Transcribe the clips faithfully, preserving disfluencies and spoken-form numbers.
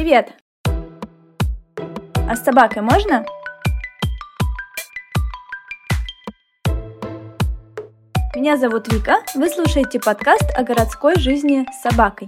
Привет! А с собакой можно? Меня зовут Вика, вы слушаете подкаст о городской жизни с собакой.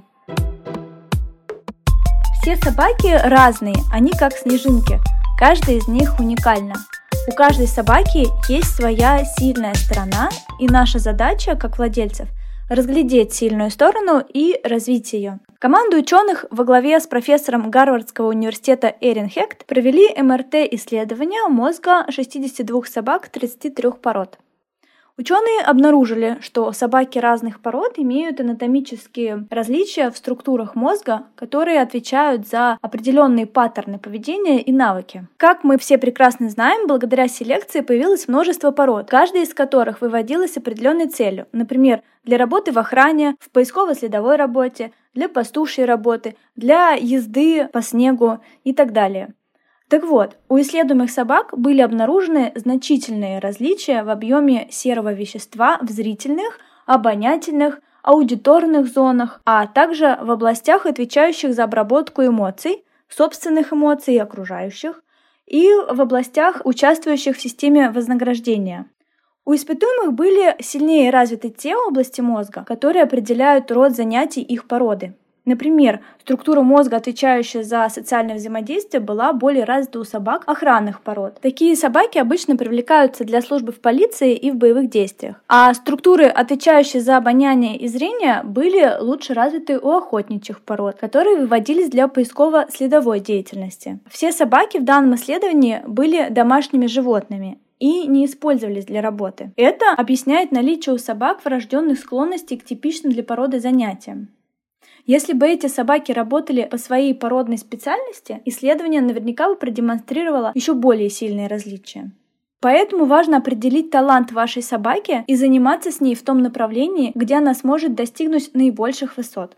Все собаки разные, они как снежинки, каждая из них уникальна. У каждой собаки есть своя сильная сторона, и наша задача, как владельцев, разглядеть сильную сторону и развить ее. Команда ученых во главе с профессором Гарвардского университета Эрин Хект провели эм эр тэ-исследование мозга шестидесяти двух собак тридцати трёх пород. Ученые обнаружили, что собаки разных пород имеют анатомические различия в структурах мозга, которые отвечают за определенные паттерны поведения и навыки. Как мы все прекрасно знаем, благодаря селекции появилось множество пород, каждая из которых выводилась определенной целью, например, для работы в охране, в поисково-следовой работе, для пастушьей работы, для езды по снегу и так далее. Так вот, у исследуемых собак были обнаружены значительные различия в объеме серого вещества в зрительных, обонятельных, аудиторных зонах, а также в областях, отвечающих за обработку эмоций, собственных эмоций и окружающих, и в областях, участвующих в системе вознаграждения. У испытуемых были сильнее развиты те области мозга, которые определяют род занятий их породы. Например, структура мозга, отвечающая за социальное взаимодействие, была более развита у собак охранных пород. Такие собаки обычно привлекаются для службы в полиции и в боевых действиях. А структуры, отвечающие за обоняние и зрение, были лучше развиты у охотничьих пород, которые выводились для поисково-следовой деятельности. Все собаки в данном исследовании были домашними животными и не использовались для работы. Это объясняет наличие у собак врожденных склонностей к типичным для породы занятиям. Если бы эти собаки работали по своей породной специальности, исследование наверняка бы продемонстрировало еще более сильные различия. Поэтому важно определить талант вашей собаки и заниматься с ней в том направлении, где она сможет достигнуть наибольших высот.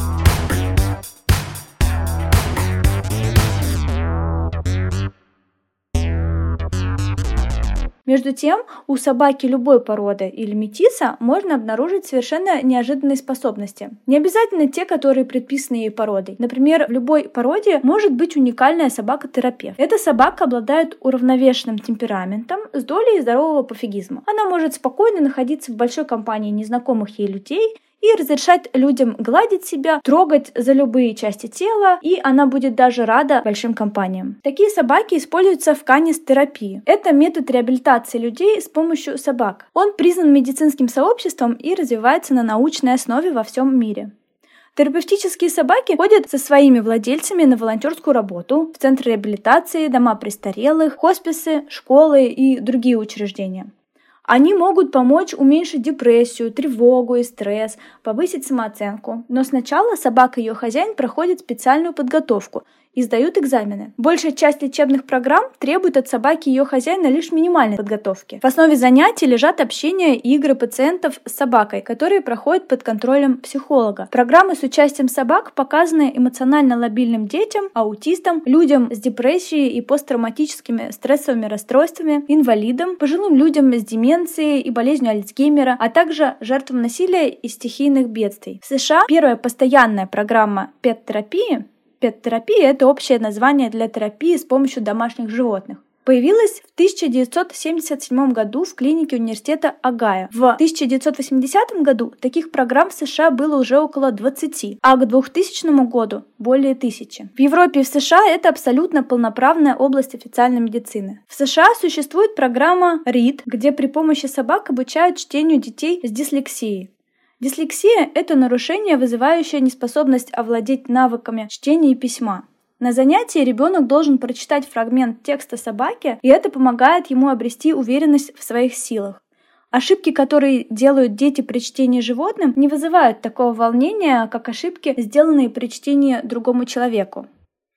Между тем, у собаки любой породы или метиса можно обнаружить совершенно неожиданные способности. Не обязательно те, которые предписаны ей породой. Например, в любой породе может быть уникальная собака-терапевт. Эта собака обладает уравновешенным темпераментом с долей здорового пофигизма. Она может спокойно находиться в большой компании незнакомых ей людей и разрешать людям гладить себя, трогать за любые части тела, и она будет даже рада большим компаниям. Такие собаки используются в канистерапии. Это метод реабилитации людей с помощью собак. Он признан медицинским сообществом и развивается на научной основе во всем мире. Терапевтические собаки ходят со своими владельцами на волонтерскую работу в центры реабилитации, дома престарелых, хосписы, школы и другие учреждения. Они могут помочь уменьшить депрессию, тревогу и стресс, повысить самооценку. Но сначала собака и ее хозяин проходят специальную подготовку и сдают экзамены. Большая часть лечебных программ требует от собаки и ее хозяина лишь минимальной подготовки. В основе занятий лежат общение и игры пациентов с собакой, которые проходят под контролем психолога. Программы с участием собак показаны эмоционально лабильным детям, аутистам, людям с депрессией и посттравматическими стрессовыми расстройствами, инвалидам, пожилым людям с деменцией и болезнью Альцгеймера, а также жертвам насилия и стихийных бедствий. В США первая постоянная программа пет-терапии Пет-терапия – это общее название для терапии с помощью домашних животных. Появилась в тысяча девятьсот семьдесят седьмом году в клинике университета Огайо. В тысяча девятьсот восьмидесятом году таких программ в США было уже около двадцати, а к двухтысячному году – более тысячи. В Европе и в США это абсолютно полноправная область официальной медицины. В США существует программа рид, где при помощи собак обучают чтению детей с дислексией. Дислексия – это нарушение, вызывающее неспособность овладеть навыками чтения и письма. На занятии ребенок должен прочитать фрагмент текста собаки, и это помогает ему обрести уверенность в своих силах. Ошибки, которые делают дети при чтении животным, не вызывают такого волнения, как ошибки, сделанные при чтении другому человеку.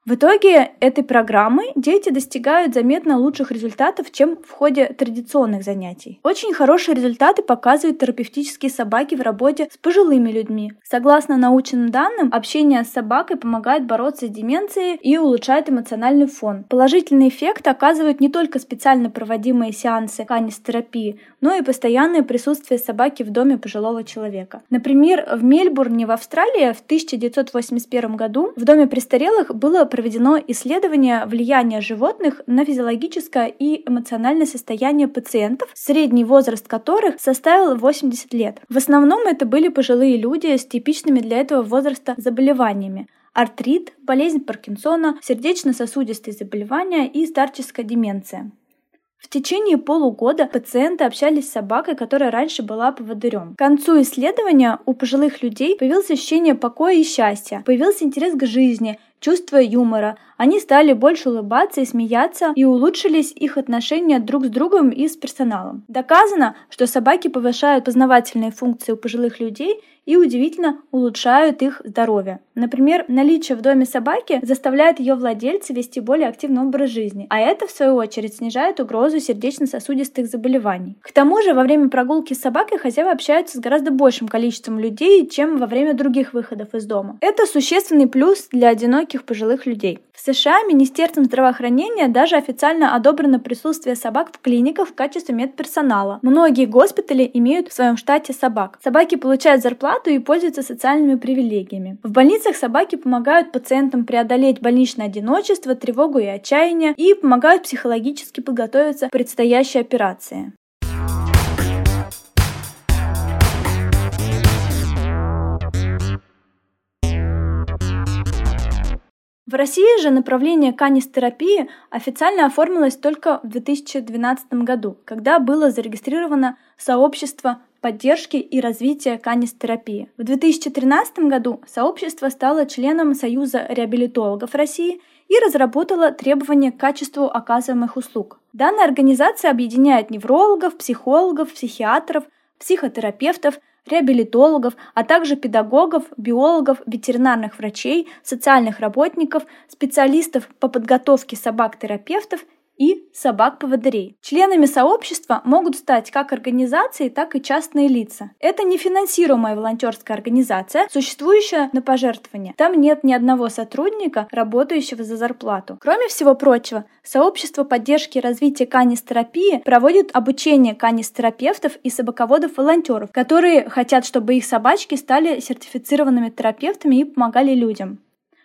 В итоге этой программы дети достигают заметно лучших результатов, чем в ходе традиционных занятий. Очень хорошие результаты показывают терапевтические собаки в работе с пожилыми людьми. Согласно научным данным, общение с собакой помогает бороться с деменцией и улучшает эмоциональный фон. Положительный эффект оказывают не только специально проводимые сеансы канистерапии, но и постоянное присутствие собаки в доме пожилого человека. Например, в Мельбурне в Австралии в тысяча девятьсот восемьдесят первом году в доме престарелых было проведено исследование влияния животных на физиологическое и эмоциональное состояние пациентов, средний возраст которых составил восемьдесят лет. В основном это были пожилые люди с типичными для этого возраста заболеваниями: артрит, болезнь Паркинсона, сердечно-сосудистые заболевания и старческая деменция. В течение полугода пациенты общались с собакой, которая раньше была поводырем. К концу исследования у пожилых людей появилось ощущение покоя и счастья, появился интерес к жизни, чувство юмора. Они стали больше улыбаться и смеяться, и улучшились их отношения друг с другом и с персоналом. Доказано, что собаки повышают познавательные функции у пожилых людей и удивительно улучшают их здоровье. Например, наличие в доме собаки заставляет ее владельца вести более активный образ жизни, а это, в свою очередь, снижает угрозу сердечно-сосудистых заболеваний. К тому же, во время прогулки с собакой хозяева общаются с гораздо большим количеством людей, чем во время других выходов из дома. Это существенный плюс для одиноких пожилых людей. В США Министерством здравоохранения даже официально одобрено присутствие собак в клиниках в качестве медперсонала. Многие госпитали имеют в своем штате собак. Собаки получают зарплату и пользуются социальными привилегиями. В больницах собаки помогают пациентам преодолеть больничное одиночество, тревогу и отчаяние и помогают психологически подготовиться к предстоящей операции. В России же направление канистерапии официально оформилось только в две тысячи двенадцатом году, когда было зарегистрировано сообщество поддержки и развития канистерапии. В две тысячи тринадцатом году сообщество стало членом Союза реабилитологов России и разработало требования к качеству оказываемых услуг. Данная организация объединяет неврологов, психологов, психиатров, психотерапевтов, реабилитологов, а также педагогов, биологов, ветеринарных врачей, социальных работников, специалистов по подготовке собак-терапевтов и собак-поводырей. Членами сообщества могут стать как организации, так и частные лица. Это не финансируемая волонтерская организация, существующая на пожертвования. Там нет ни одного сотрудника, работающего за зарплату. Кроме всего прочего, сообщество поддержки и развития канистерапии проводит обучение канистерапевтов и собаководов-волонтеров, которые хотят, чтобы их собачки стали сертифицированными терапевтами и помогали людям.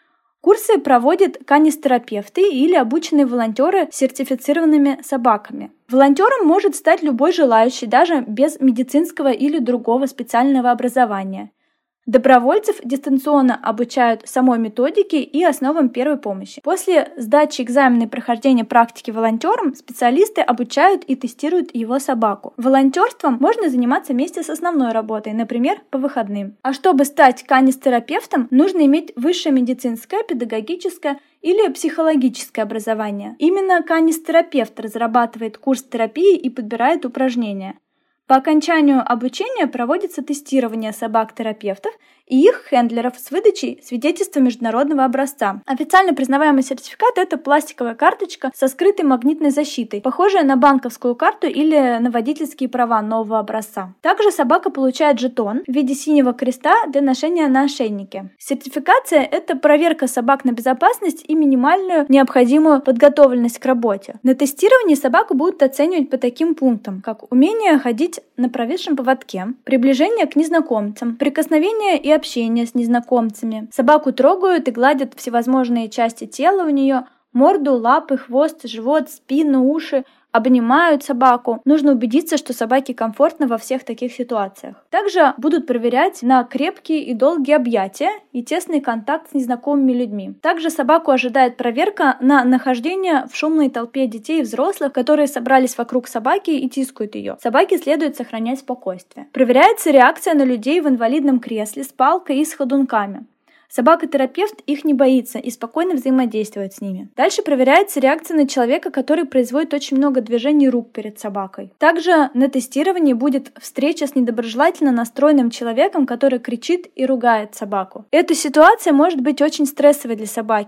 Курсы проводят канистерапевты или обученные волонтеры с сертифицированными собаками. Волонтером может стать любой желающий, даже без медицинского или другого специального образования. Добровольцев дистанционно обучают самой методике и основам первой помощи. После сдачи экзамена и прохождения практики волонтером специалисты обучают и тестируют его собаку. Волонтерством можно заниматься вместе с основной работой, например, по выходным. А чтобы стать канистерапевтом, нужно иметь высшее медицинское, педагогическое или психологическое образование. Именно канистерапевт разрабатывает курс терапии и подбирает упражнения. По окончанию обучения проводится тестирование собак-терапевтов и их хендлеров с выдачей свидетельства международного образца. Официально признаваемый сертификат – это пластиковая карточка со скрытой магнитной защитой, похожая на банковскую карту или на водительские права нового образца. Также собака получает жетон в виде синего креста для ношения на ошейнике. Сертификация – это проверка собак на безопасность и минимальную необходимую подготовленность к работе. На тестировании собаку будут оценивать по таким пунктам, как умение ходить на провисшем поводке, приближение к незнакомцам, прикосновение и общение с незнакомцами. Собаку трогают и гладят всевозможные части тела у нее: морду, лапы, хвост, живот, спину, уши. Обнимают собаку. Нужно убедиться, что собаке комфортно во всех таких ситуациях. Также будут проверять на крепкие и долгие объятия и тесный контакт с незнакомыми людьми. Также собаку ожидает проверка на нахождение в шумной толпе детей и взрослых, которые собрались вокруг собаки и тискают ее. Собаке следует сохранять спокойствие. Проверяется реакция на людей в инвалидном кресле с палкой и с ходунками. Собака-терапевт их не боится и спокойно взаимодействует с ними. Дальше проверяется реакция на человека, который производит очень много движений рук перед собакой. Также на тестировании будет встреча с недоброжелательно настроенным человеком, который кричит и ругает собаку. Эта ситуация может быть очень стрессовой для собаки,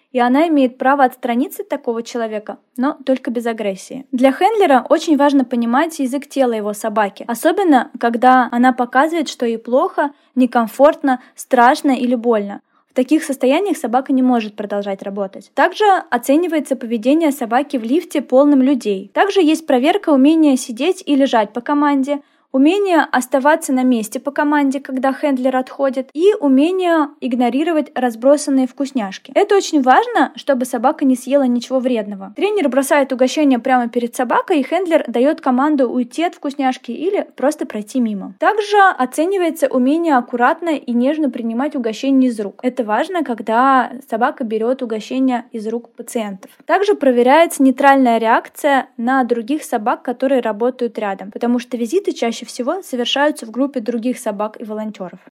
и она имеет право отстраниться от такого человека, но только без агрессии. Для хендлера очень важно понимать язык тела его собаки, особенно когда она показывает, что ей плохо, некомфортно, страшно или больно. В таких состояниях собака не может продолжать работать. Также оценивается поведение собаки в лифте, полном людей. Также есть проверка умения сидеть и лежать по команде, умение оставаться на месте по команде, когда хендлер отходит, и умение игнорировать разбросанные вкусняшки. Это очень важно, чтобы собака не съела ничего вредного. Тренер бросает угощение прямо перед собакой, и хендлер дает команду уйти от вкусняшки или просто пройти мимо. Также оценивается умение аккуратно и нежно принимать угощение из рук. Это важно, когда собака берет угощение из рук пациентов. Также проверяется нейтральная реакция на других собак, которые работают рядом, потому что визиты чаще всего совершаются в группе других собак и волонтеров.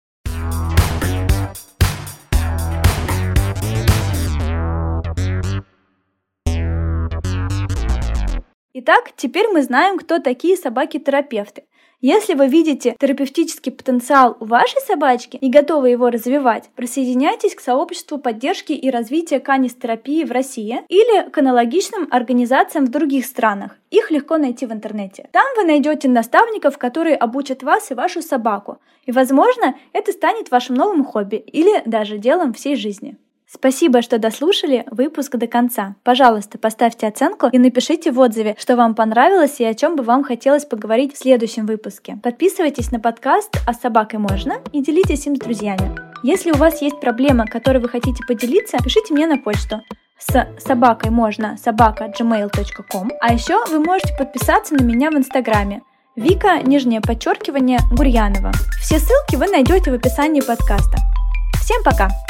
Итак, теперь мы знаем, кто такие собаки-терапевты. Если вы видите терапевтический потенциал у вашей собачки и готовы его развивать, присоединяйтесь к сообществу поддержки и развития канистерапии в России или к аналогичным организациям в других странах. Их легко найти в интернете. Там вы найдете наставников, которые обучат вас и вашу собаку. И, возможно, это станет вашим новым хобби или даже делом всей жизни. Спасибо, что дослушали выпуск до конца. Пожалуйста, поставьте оценку и напишите в отзыве, что вам понравилось и о чем бы вам хотелось поговорить в следующем выпуске. Подписывайтесь на подкаст «А с собакой можно» и делитесь им с друзьями. Если у вас есть проблема, которой вы хотите поделиться, пишите мне на почту с собакой можно собака джимейл точка ком. А еще вы можете подписаться на меня в инстаграме Вика, нижнее подчеркивание, Гурьянова. Все ссылки вы найдете в описании подкаста. Всем пока!